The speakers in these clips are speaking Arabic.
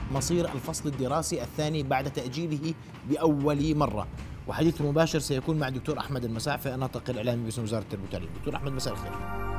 مصير الفصل الدراسي الثاني بعد تأجيله بأول مرة. وحديث مباشر سيكون مع الدكتور أحمد المساعفي الناطق الإعلامي باسم وزارة التربية والتعليم. دكتور أحمد، مساء الخير.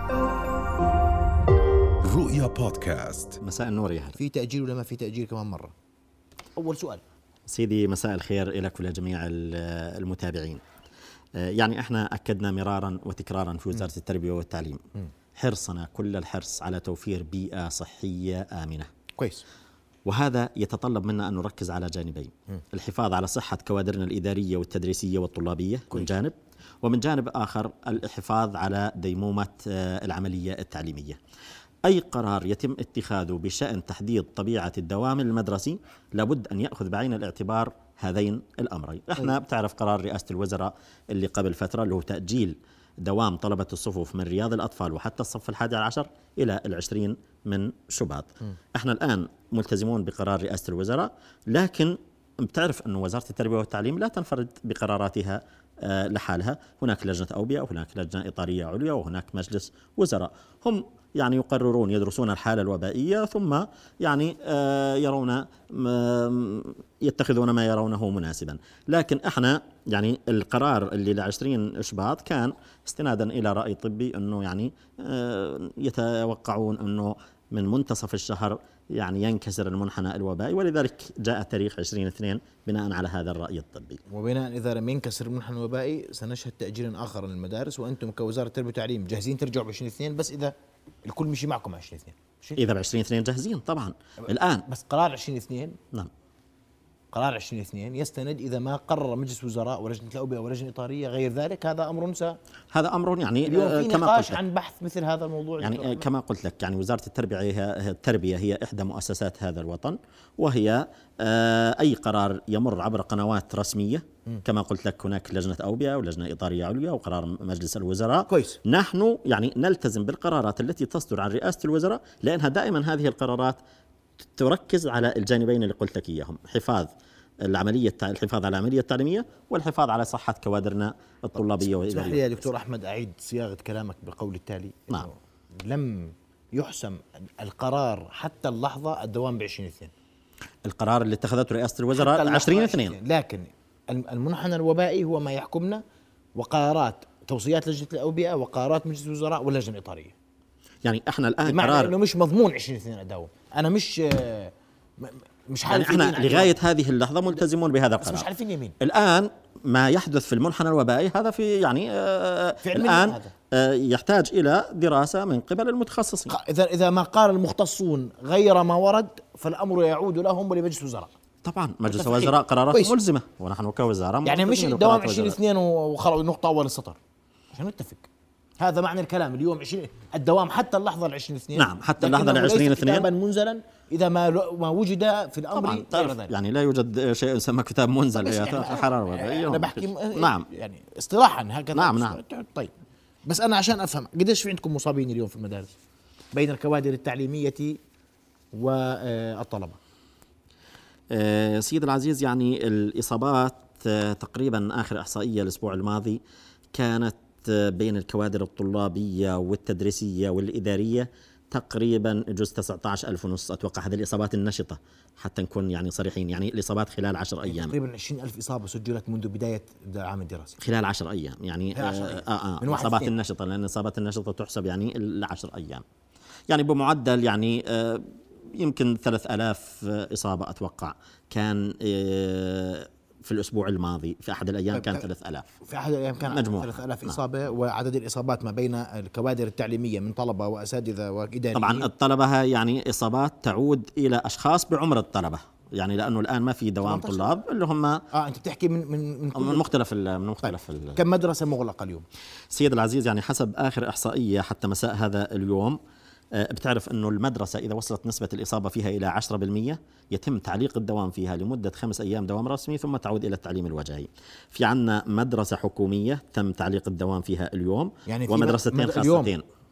رؤيا بودكاست. مساء النور يا هلا. في تأجيل ولا ما في تأجيل كمان مرة؟ أول سؤال سيدي، مساء الخير لك ولجميع المتابعين. يعني احنا أكدنا مرارا وتكرارا في وزارة التربية والتعليم حرصنا كل الحرص على توفير بيئة صحية آمنة. كويس. وهذا يتطلب منا أن نركز على جانبين: الحفاظ على صحة كوادرنا الإدارية والتدريسية والطلابية من جانب، ومن جانب آخر الحفاظ على ديمومة العملية التعليمية. أي قرار يتم اتخاذه بشأن تحديد طبيعة الدوام المدرسي لابد أن يأخذ بعين الاعتبار هذين الأمرين. احنا بتعرف قرار رئاسة الوزراء اللي قبل فترة اللي هو تأجيل دوام طلبة الصفوف من رياض الأطفال وحتى الصف 11 إلى 20 من شباط. احنا الآن ملتزمون بقرار رئاسة الوزراء، لكن بتعرف أن وزارة التربية والتعليم لا تنفرد بقراراتها لحالها. هناك لجنة أوبئة وهناك لجنة إطارية عليا وهناك مجلس وزراء، هم يعني يقررون يدرسون الحالة الوبائية ثم يعني يرون يتخذون ما يرونه مناسبا. لكن احنا يعني القرار اللي ل20 إشباط كان استنادا إلى رأي طبي أنه يعني يتوقعون أنه من منتصف الشهر يعني ينكسر المنحنى الوبائي، ولذلك جاء تاريخ 20/2 بناء على هذا الرأي الطبي. وبناء إذا لم ينكسر المنحنى الوبائي سنشهد تأجيل آخر للمدارس، وأنتم كوزارة التربية والتعليم جاهزين ترجعوا ب20/2 بس إذا الكل مشي معكم 20/2. إذا ب20/2 جاهزين طبعا الآن. بس قرار 20/2 نعم، قرار 20/2 يستند إذا ما قرر مجلس وزراء ولجنة الأوبئة ولجنة إطارية غير ذلك. هذا أمر هذا أمر يعني اليوم في نقاش عن بحث مثل هذا الموضوع. يعني كما قلت لك، يعني وزارة التربية هي إحدى مؤسسات هذا الوطن، وهي أي قرار يمر عبر قنوات رسمية. كما قلت لك هناك لجنة أوبئة ولجنة إطارية عليا وقرار مجلس الوزراء. كويس. نحن يعني نلتزم بالقرارات التي تصدر عن رئاسة الوزراء، لأنها دائما هذه القرارات تركز على الجانبين اللي قلت لك إياهم: الحفاظ على العملية التعليمية والحفاظ على صحة كوادرنا الطلابية والإدارية. اسمح لي يا دكتور أحمد أعيد صياغة كلامك بالقول التالي: نعم. لم يحسم القرار حتى اللحظة الدوام ب20/2. القرار اللي اتخذته رئاسة الوزراء 20/2، لكن المنحنى الوبائي هو ما يحكمنا، وقرارات توصيات لجنة الأوبئة وقرارات مجلس الوزراء واللجنة الإطارية. يعني احنا الآن بمعنى قرار انه مش مضمون 20/2 اداوم. انا مش يعني احنا لغاية هذه اللحظة ملتزمون بهذا القرار، مش عارفين يمين. الآن ما يحدث في المنحنى الوبائي هذا في يعني الآن يحتاج إلى دراسة من قبل المتخصصين. إذا ما قال المختصون غير ما ورد فالأمر يعود لهم ولمجلس الوزراء. طبعا مجلس الوزراء قرارات ملزمة، ونحن كوزارة يعني مش دوام 20/2 وخلاص نقطة أول السطر عشان نتفق. هذا معنى الكلام اليوم 20 الدوام حتى اللحظة 20/2. نعم، حتى اللحظة 20/2 كتابا منزلا إذا ما وجد في الأمر. يعني لا يوجد شيء يسمى كتاب منزل يا حرارة. أنا بحكي نعم، يعني اصطلاحا هكذا. نعم. طيب، بس أنا عشان أفهم قديش في عندكم مصابين اليوم في المدارس بين الكوادر التعليمية والطلبة؟ سيد العزيز، يعني الإصابات تقريبا آخر إحصائية الأسبوع الماضي كانت بين الكوادر الطلابية والتدريسية والإدارية تقريبا جزء 19,500 أتوقع. هذه الإصابات النشطة حتى نكون يعني صريحين، يعني الإصابات خلال 10 أيام تقريبا 20,000 إصابة سجلت منذ بداية العام الدراسي خلال 10 أيام. يعني الإصابات النشطة، لأن الإصابات النشطة تحسب يعني ل10 أيام، يعني بمعدل يعني يمكن 3,000 إصابة أتوقع كان في الأسبوع الماضي. في أحد الأيام كان 3000، في أحد الأيام كان مجموع 3000 إصابة. وعدد الإصابات ما بين الكوادر التعليمية من طلبة وأساتذة وإداريين. طبعا الطلبة يعني إصابات تعود إلى أشخاص بعمر الطلبة، يعني لأنه الآن ما في دوام طلاب اللي هم أنت بتحكي من مختلف كم مدرسة مغلقة اليوم سيد العزيز؟ يعني حسب آخر إحصائية حتى مساء هذا اليوم، بتعرف أنه المدرسة إذا وصلت نسبة الإصابة فيها إلى 10% يتم تعليق الدوام فيها لمدة 5 أيام دوام رسمي ثم تعود إلى التعليم الوجاهي. في عنا مدرسة حكومية تم تعليق الدوام فيها اليوم، يعني ومدرستين خاصتين.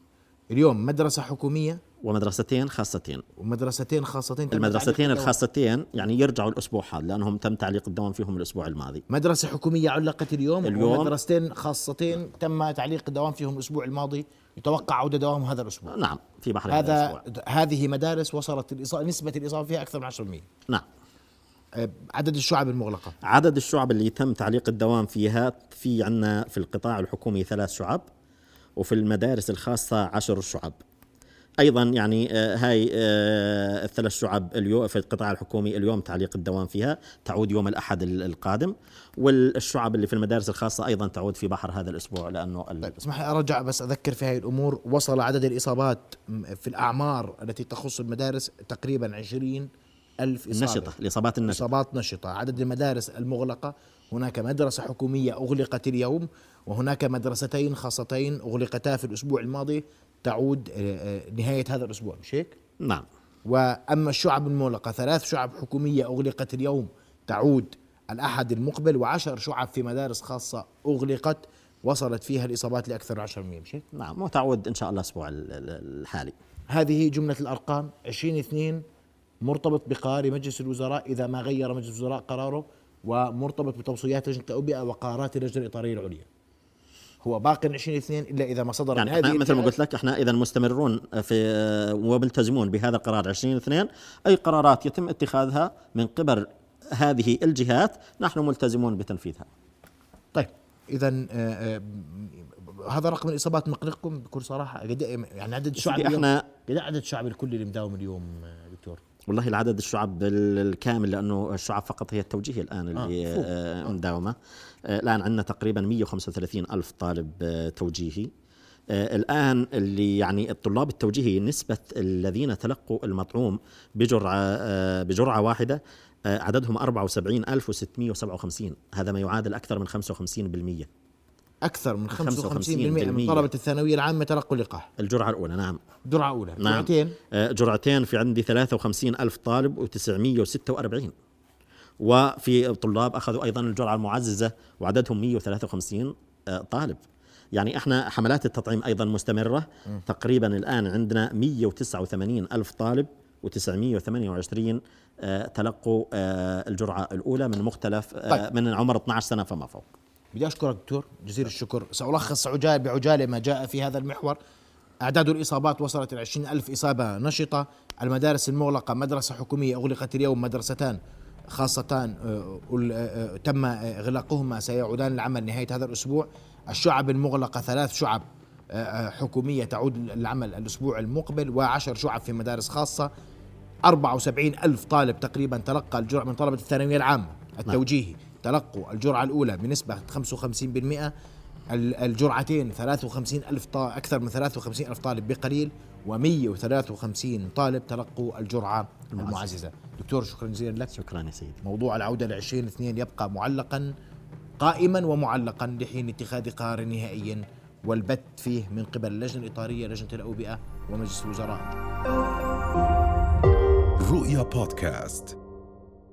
اليوم مدرسة حكومية ومدرستين خاصتين. ومدرستين خاصتين. المدرستين الخاصتين يعني يرجعوا الأسبوع هذا لأنهم تم تعليق الدوام فيهم الأسبوع الماضي. مدرسة حكومية علقت اليوم. ومدرستين خاصتين تم تعليق الدوام فيهم الأسبوع الماضي، يتوقع عودة دوام هذا الأسبوع. نعم، في بحر هذه مدارس وصلت نسبة الإصابة فيها أكثر من 10%. نعم. عدد الشعب المغلقة، عدد الشعب اللي تم تعليق الدوام فيها، في عنا في القطاع الحكومي 3 شعب، وفي المدارس الخاصة 10 شعب. أيضا يعني هاي ال3 شعب اليوم في القطاع الحكومي اليوم تعليق الدوام فيها تعود يوم الأحد القادم، والشعب اللي في المدارس الخاصة أيضا تعود في بحر هذا الأسبوع. لأنه طيب اسمح لي أرجع بس أذكر في هاي الأمور. وصل عدد الإصابات في الأعمار التي تخص المدارس تقريبا 20,000 إصابة. النشطة، الإصابات النشطة، إصابات نشطة. عدد المدارس المغلقة، هناك مدرسة حكومية أغلقت اليوم، وهناك مدرستين خاصتين أغلقتا في الأسبوع الماضي تعود نهاية هذا الأسبوع، مش هيك؟ نعم. وأما الشعب المغلقة 3 شعب حكومية أغلقت اليوم تعود الأحد المقبل، و10 شعب في مدارس خاصة أغلقت وصلت فيها الإصابات لأكثر من 10%، مش هيك؟ نعم، وتعود إن شاء الله الأسبوع الحالي. هذه جملة الأرقام. 20/2 مرتبط بقرار مجلس الوزراء إذا ما غير مجلس الوزراء قراره، ومرتبط بتوصيات لجنة التوبئة وقرارات اللجنة الإطارية العليا. هو باقي 20/2 إلا إذا ما صدر يعني من هذه مثل ما قلت لك، احنا إذا مستمرون في وملتزمون بهذا القرار 20/2، أي قرارات يتم اتخاذها من قبل هذه الجهات نحن ملتزمون بتنفيذها. طيب إذا هذا رقم الإصابات مقلقكم بكل صراحة؟ يعني عدد الشعب احنا قد عدد الشعب الكلي اللي مداوم اليوم دكتور؟ والله العدد الشعب الكامل، لأنه الشعب فقط هي التوجيهي الآن اللي مداومة. الآن عندنا تقريبا 135 ألف طالب توجيهي. الآن اللي يعني الطلاب التوجيهي نسبة الذين تلقوا المطعوم بجرعة واحدة عددهم 74,657. هذا ما يعادل أكثر من 55%. أكثر من 55% من طلبة الثانوية العامة تلقوا اللقاح الجرعة الأولى. نعم، جرعة أولى. نعم. جرعتين في عندي 53 ألف طالب و946، وفي طلاب أخذوا أيضا الجرعة المعززة وعددهم 153 طالب. يعني احنا حملات التطعيم أيضا مستمرة. تقريبا الآن عندنا 189 ألف طالب و928 تلقوا الجرعة الأولى من مختلف من عمر 12 سنة فما فوق. بدي أشكرك دكتور جزيل الشكر. سألخص بعجالة ما جاء في هذا المحور. أعداد الإصابات وصلت إلى 20,000 إصابة نشطة. المدارس المغلقة مدرسة حكومية أغلقت اليوم، مدرستان خاصتان تم إغلاقهما سيعودان للعمل نهاية هذا الأسبوع. الشعب المغلقة 3 شعب حكومية تعود للعمل الأسبوع المقبل، و10 شعب في مدارس خاصة. 74,000 طالب تقريبا تلقى الجرعة من طلبة الثانوية العامة التوجيهي، تلقوا الجرعة الأولى بنسبة 55%. الجرعتين 53,000 أكثر من 53,000 طالب بقليل، و153 طالب تلقوا الجرعة المعززة. دكتور شكرا جزيلا لك. شكرا يا سيدي. موضوع العودة ل20/2 يبقى معلقا قائما ومعلقا لحين اتخاذ قرار نهائي والبت فيه من قبل اللجنة الإطارية، لجنة الأوبئة، ومجلس الوزراء. رؤيا بودكاست.